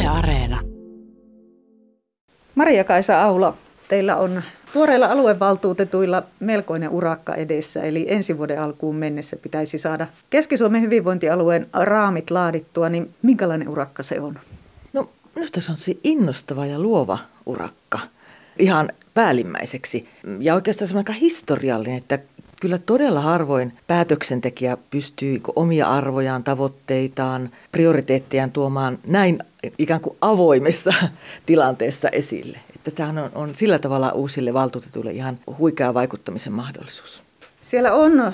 Yle Areena. Maria-Kaisa Aula, teillä on tuoreilla aluevaltuutetuilla melkoinen urakka edessä, eli ensi vuoden alkuun mennessä pitäisi saada Keski-Suomen hyvinvointialueen raamit laadittua, niin minkälainen urakka se on? No minusta se on se innostava ja luova urakka ihan päällimmäiseksi ja oikeastaan se on aika historiallinen, että kyllä todella harvoin päätöksentekijä pystyy omia arvojaan, tavoitteitaan, prioriteettejaan tuomaan näin ikään kuin avoimessa tilanteessa esille. Että tämähän on sillä tavalla uusille valtuutetuille ihan huikea vaikuttamisen mahdollisuus. Siellä on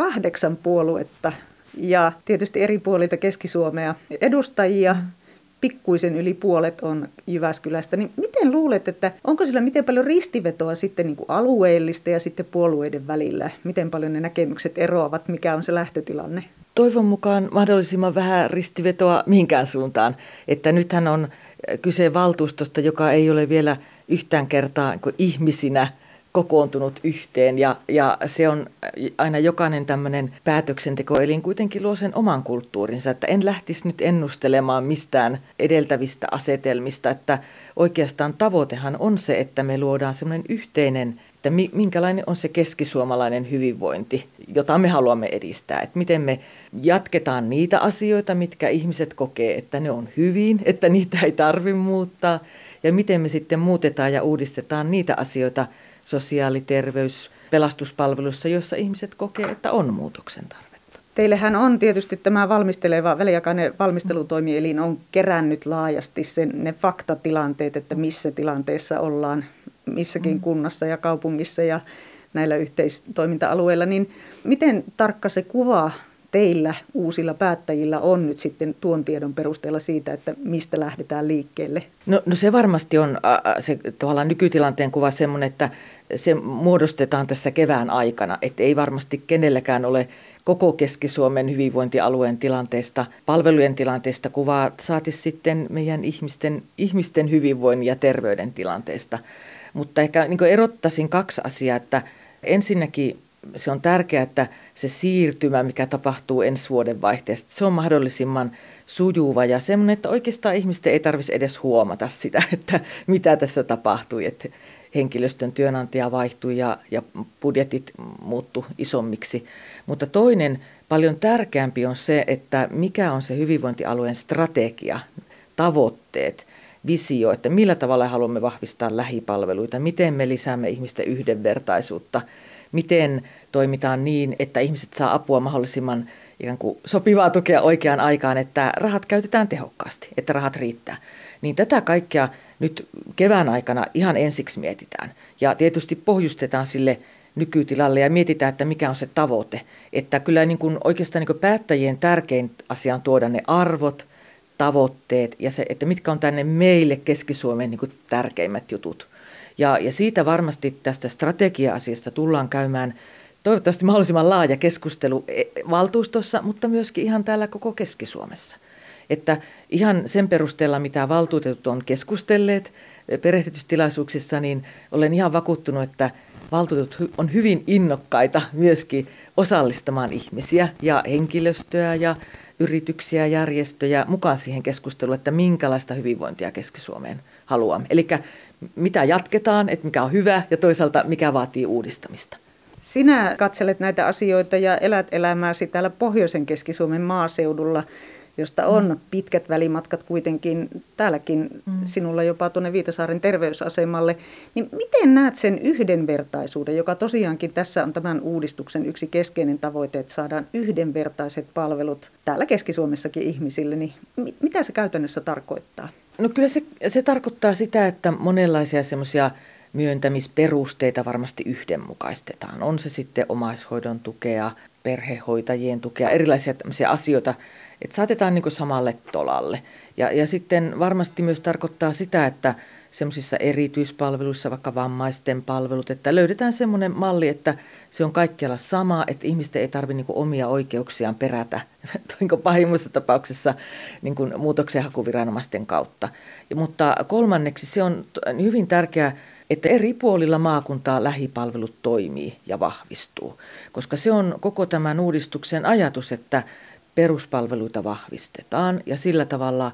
8 puoluetta ja tietysti eri puolilta Keski-Suomea edustajia. Pikkuisen yli puolet on Jyväskylästä, niin miten luulet, että onko sillä miten paljon ristivetoa sitten niin kuin alueellista ja sitten puolueiden välillä? Miten paljon ne näkemykset eroavat, mikä on se lähtötilanne? Toivon mukaan mahdollisimman vähän ristivetoa mihinkään suuntaan, että nythän on kyse valtuustosta, joka ei ole vielä yhtään kertaa ihmisinä kokoontunut yhteen ja se on aina jokainen tämmöinen päätöksentekoelin kuitenkin luo sen oman kulttuurinsa, että en lähtisi nyt ennustelemaan mistään edeltävistä asetelmista, että oikeastaan tavoitehan on se, että me luodaan semmoinen yhteinen, että minkälainen on se keskisuomalainen hyvinvointi, jota me haluamme edistää, että miten me jatketaan niitä asioita, mitkä ihmiset kokee, että ne on hyvin, että niitä ei tarvitse muuttaa ja miten me sitten muutetaan ja uudistetaan niitä asioita, sosiaali-, terveys-, pelastuspalvelussa, jossa ihmiset kokee, että on muutoksen tarvetta. Teillähän on tietysti tämä valmisteleva väliaikainen valmistelutoimielin on kerännyt laajasti ne faktatilanteet, että missä tilanteessa ollaan missäkin kunnassa ja kaupungissa ja näillä yhteistoiminta-alueilla. Niin miten tarkka se kuva teillä uusilla päättäjillä on nyt sitten tuon tiedon perusteella siitä, että mistä lähdetään liikkeelle? No se varmasti on se tavallaan nykytilanteen kuva semmoinen, että se muodostetaan tässä kevään aikana, että ei varmasti kenelläkään ole koko Keski-Suomen hyvinvointialueen tilanteesta, palvelujen tilanteesta kuvaa, saati sitten meidän ihmisten hyvinvoinnin ja terveyden tilanteesta. Mutta ehkä niin erottaisin 2 asiaa, että ensinnäkin se on tärkeää, että se siirtymä, mikä tapahtuu ensi vuoden vaihteesta, se on mahdollisimman sujuva ja semmoinen, että oikeastaan ihmisten ei tarvitsisi edes huomata sitä, että mitä tässä tapahtui, että henkilöstön työnantaja vaihtui ja budjetit muuttu isommiksi. Mutta toinen paljon tärkeämpi on se, että mikä on se hyvinvointialueen strategia, tavoitteet, visio, että millä tavalla haluamme vahvistaa lähipalveluita, miten me lisäämme ihmisten yhdenvertaisuutta, miten toimitaan niin, että ihmiset saa apua mahdollisimman ikään kuin sopivaa tukea oikeaan aikaan, että rahat käytetään tehokkaasti, että rahat riittää. Niin tätä kaikkea nyt kevään aikana ihan ensiksi mietitään ja tietysti pohjustetaan sille nykytilalle ja mietitään, että mikä on se tavoite. Että kyllä niin kuin oikeastaan niin kuin päättäjien tärkein asia on tuoda ne arvot, tavoitteet ja se, että mitkä on tänne meille Keski-Suomen niin kuin tärkeimmät jutut. Ja siitä varmasti tästä strategia-asiasta tullaan käymään toivottavasti mahdollisimman laaja keskustelu valtuustossa, mutta myöskin ihan täällä koko Keski-Suomessa. Että ihan sen perusteella, mitä valtuutetut on keskustelleet perehdytystilaisuuksissa, niin olen ihan vakuuttunut, että valtuutetut on hyvin innokkaita myöskin osallistamaan ihmisiä ja henkilöstöä ja yrityksiä, järjestöjä mukaan siihen keskusteluun, että minkälaista hyvinvointia Keski-Suomeen haluamme. Eli mitä jatketaan, että mikä on hyvä ja toisaalta mikä vaatii uudistamista. Sinä katselet näitä asioita ja elät elämääsi täällä pohjoisen Keski-Suomen maaseudulla, josta on pitkät välimatkat kuitenkin täälläkin sinulla jopa tuonne Viitasaaren terveysasemalle. Niin miten näet sen yhdenvertaisuuden, joka tosiaankin tässä on tämän uudistuksen yksi keskeinen tavoite, että saadaan yhdenvertaiset palvelut täällä Keski-Suomessakin ihmisille, niin mitä se käytännössä tarkoittaa? No kyllä se tarkoittaa sitä, että monenlaisia semmoisia myöntämisperusteita varmasti yhdenmukaistetaan. On se sitten omaishoidon tukea, perhehoitajien tukea, erilaisia tämmöisiä asioita, että saatetaan niin kuin samalle tolalle. Ja sitten varmasti myös tarkoittaa sitä, että semmoisissa erityispalveluissa, vaikka vammaisten palvelut, että löydetään semmoinen malli, että se on kaikkialla sama, että ihmisten ei tarvitse niin kuin omia oikeuksiaan perätä pahimmassa tapauksessa niin kuin muutoksenhakuviranomaisten kautta. Mutta kolmanneksi se on hyvin tärkeää, että eri puolilla maakuntaa lähipalvelut toimii ja vahvistuu, koska se on koko tämän uudistuksen ajatus, että peruspalveluita vahvistetaan ja sillä tavalla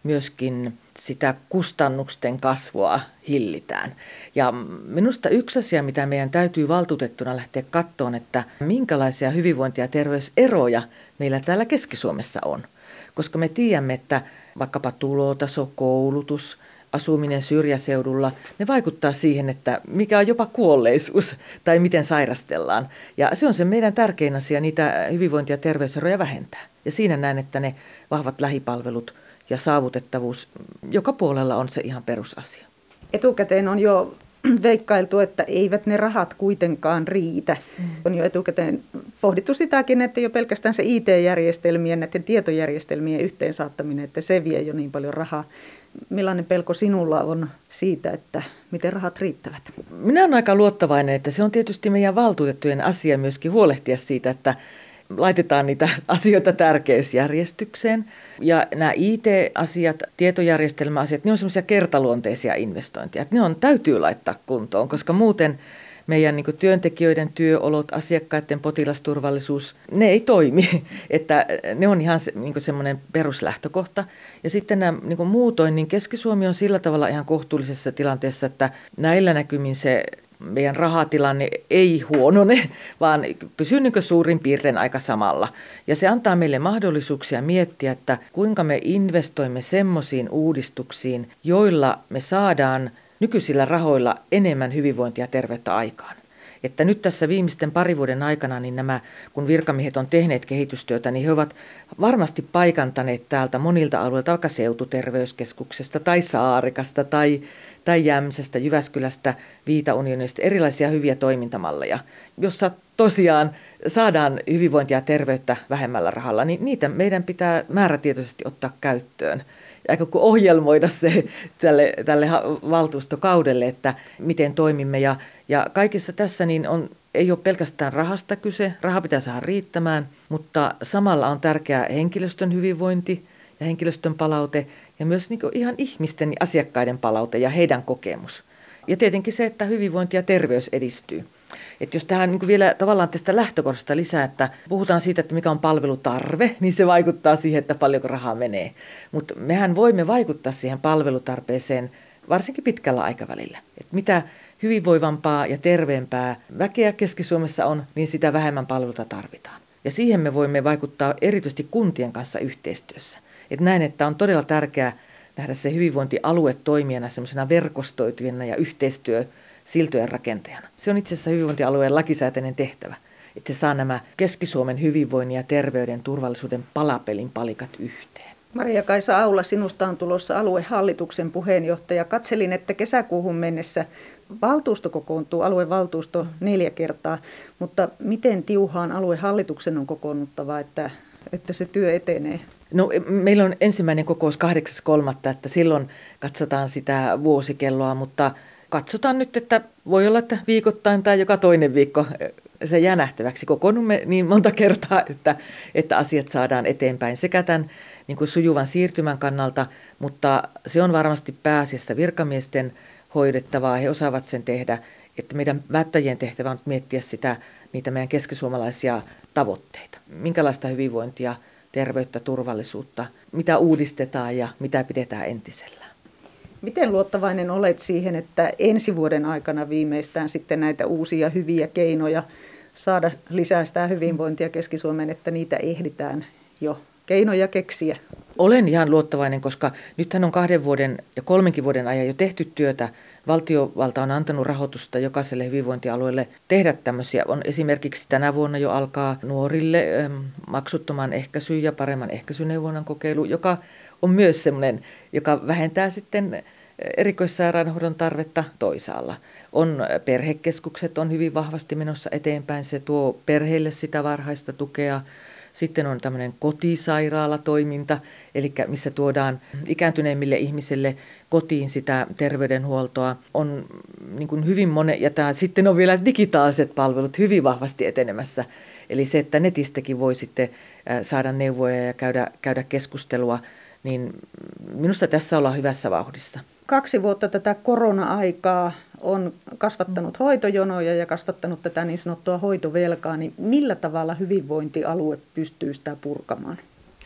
myöskin sitä kustannusten kasvua hillitään. Ja minusta yksi asia, mitä meidän täytyy valtuutettuna lähteä katsomaan, että minkälaisia hyvinvointi- ja terveyseroja meillä täällä Keski-Suomessa on. Koska me tiedämme, että vaikkapa tulotaso, koulutus, asuminen syrjäseudulla, ne vaikuttaa siihen, että mikä on jopa kuolleisuus tai miten sairastellaan. Ja se on se meidän tärkein asia, niitä hyvinvointi- ja terveyseroja vähentää. Ja siinä näen, että ne vahvat lähipalvelut ja saavutettavuus joka puolella on se ihan perusasia. Etukäteen on jo veikkailtu, että eivät ne rahat kuitenkaan riitä. On jo etukäteen pohdittu sitäkin, että jo pelkästään se IT-järjestelmien, näiden tietojärjestelmien yhteensaattaminen, että se vie jo niin paljon rahaa. Millainen pelko sinulla on siitä, että miten rahat riittävät? Minä olen aika luottavainen, että se on tietysti meidän valtuutettujen asia myöskin huolehtia siitä, että laitetaan niitä asioita tärkeysjärjestykseen. Ja nämä IT-asiat, tietojärjestelmäasiat, ne on semmoisia kertaluonteisia investointeja. Että täytyy laittaa kuntoon, koska muuten meidän niin kuin työntekijöiden työolot, asiakkaiden potilasturvallisuus, ne ei toimi. Että ne on ihan niin kuin semmoinen peruslähtökohta. Ja sitten nämä niin kuin muutoin, niin Keski-Suomi on sillä tavalla ihan kohtuullisessa tilanteessa, että näillä näkymin se meidän rahatilanne ei huonone, vaan pysyy niin kuin suurin piirtein aika samalla. Ja se antaa meille mahdollisuuksia miettiä, että kuinka me investoimme semmoisiin uudistuksiin, joilla me saadaan nykyisillä rahoilla enemmän hyvinvointia ja terveyttä aikaan. Että nyt tässä viimeisten parin vuoden aikana, niin kun virkamiehet on tehneet kehitystyötä, niin he ovat varmasti paikantaneet täältä monilta alueilta, vaikka seututerveyskeskuksesta tai Saarikasta tai Jämsästä, Jyväskylästä, Viitaunionista, erilaisia hyviä toimintamalleja, jossa tosiaan saadaan hyvinvointia ja terveyttä vähemmällä rahalla, niin niitä meidän pitää määrätietoisesti ottaa käyttöön. Aika kuin ohjelmoida se tälle valtuustokaudelle, että miten toimimme. Ja kaikessa tässä niin ei ole pelkästään rahasta kyse, raha pitää saada riittämään, mutta samalla on tärkeää henkilöstön hyvinvointi ja henkilöstön palaute ja myös niin kuin ihan ihmisten ja asiakkaiden palaute ja heidän kokemus. Ja tietenkin se, että hyvinvointi ja terveys edistyy. Että jos tähän niin vielä tavallaan tästä lähtökohdasta lisää, että puhutaan siitä, että mikä on palvelutarve, niin se vaikuttaa siihen, että paljonko rahaa menee. Mutta mehän voimme vaikuttaa siihen palvelutarpeeseen varsinkin pitkällä aikavälillä. Että mitä hyvinvoivampaa ja terveempää väkeä Keski-Suomessa on, niin sitä vähemmän palveluita tarvitaan. Ja siihen me voimme vaikuttaa erityisesti kuntien kanssa yhteistyössä. Että näin, että on todella tärkeää nähdä se hyvinvointialue toimijana semmoisena verkostoitujana ja siltojen rakentajana. Se on itse asiassa hyvinvointialueen lakisääteinen tehtävä, että se saa nämä Keski-Suomen hyvinvoinnin ja terveyden turvallisuuden palapelin palikat yhteen. Maria-Kaisa Aula, sinusta on tulossa aluehallituksen puheenjohtaja. Katselin, että kesäkuuhun mennessä valtuusto kokoontuu, aluevaltuusto 4 kertaa, mutta miten tiuhaan aluehallituksen on kokoonnuttava, että se työ etenee? No, meillä on ensimmäinen kokous 8.3., että silloin katsotaan sitä vuosikelloa, mutta katsotaan nyt, että voi olla, että viikoittain tai joka toinen viikko se jää nähtäväksi. Kokoonnumme niin monta kertaa, että asiat saadaan eteenpäin sekä tämän niin kuin sujuvan siirtymän kannalta, mutta se on varmasti pääasiassa virkamiesten hoidettavaa. He osaavat sen tehdä, että meidän päättäjien tehtävä on miettiä niitä meidän keskisuomalaisia tavoitteita. Minkälaista hyvinvointia, terveyttä, turvallisuutta, mitä uudistetaan ja mitä pidetään entisellään. Miten luottavainen olet siihen, että ensi vuoden aikana viimeistään sitten näitä uusia hyviä keinoja saada lisää sitä hyvinvointia Keski-Suomeen, että niitä ehditään jo keinoja keksiä? Olen ihan luottavainen, koska nythän on 2 vuoden ja 3 vuoden ajan jo tehty työtä. Valtiovalta on antanut rahoitusta jokaiselle hyvinvointialueelle tehdä tämmöisiä. On esimerkiksi tänä vuonna jo alkaa nuorille maksuttoman ehkäisyn ja paremman ehkäisyneuvonnan kokeilu, joka on myös semmoinen, joka vähentää sitten erikoissairaanhoidon tarvetta toisaalla. Perhekeskukset on hyvin vahvasti menossa eteenpäin, se tuo perheille sitä varhaista tukea. Sitten on tämmöinen kotisairaalatoiminta, eli missä tuodaan ikääntyneemmille ihmisille kotiin sitä terveydenhuoltoa. On niin kuin hyvin sitten on vielä digitaaliset palvelut hyvin vahvasti etenemässä. Eli se, että netistäkin voi sitten saada neuvoja ja käydä keskustelua, niin minusta tässä ollaan hyvässä vauhdissa. 2 vuotta tätä korona-aikaa on kasvattanut hoitojonoja ja kasvattanut tätä niin sanottua hoitovelkaa, niin millä tavalla hyvinvointialue pystyy sitä purkamaan?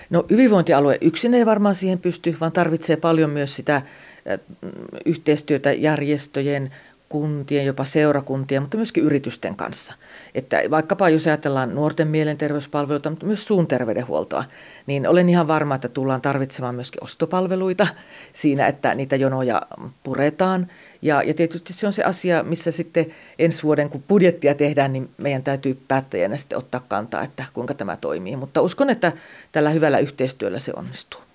No hyvinvointialue yksin ei varmaan siihen pysty, vaan tarvitsee paljon myös sitä yhteistyötä järjestöjen, kuntien, jopa seurakuntien, mutta myöskin yritysten kanssa. Että vaikkapa jos ajatellaan nuorten mielenterveyspalveluita, mutta myös suun terveydenhuoltoa, niin olen ihan varma, että tullaan tarvitsemaan myöskin ostopalveluita siinä, että niitä jonoja puretaan. Ja tietysti se on se asia, missä sitten ensi vuoden, kun budjettia tehdään, niin meidän täytyy päättäjänä sitten ottaa kantaa, että kuinka tämä toimii. Mutta uskon, että tällä hyvällä yhteistyöllä se onnistuu.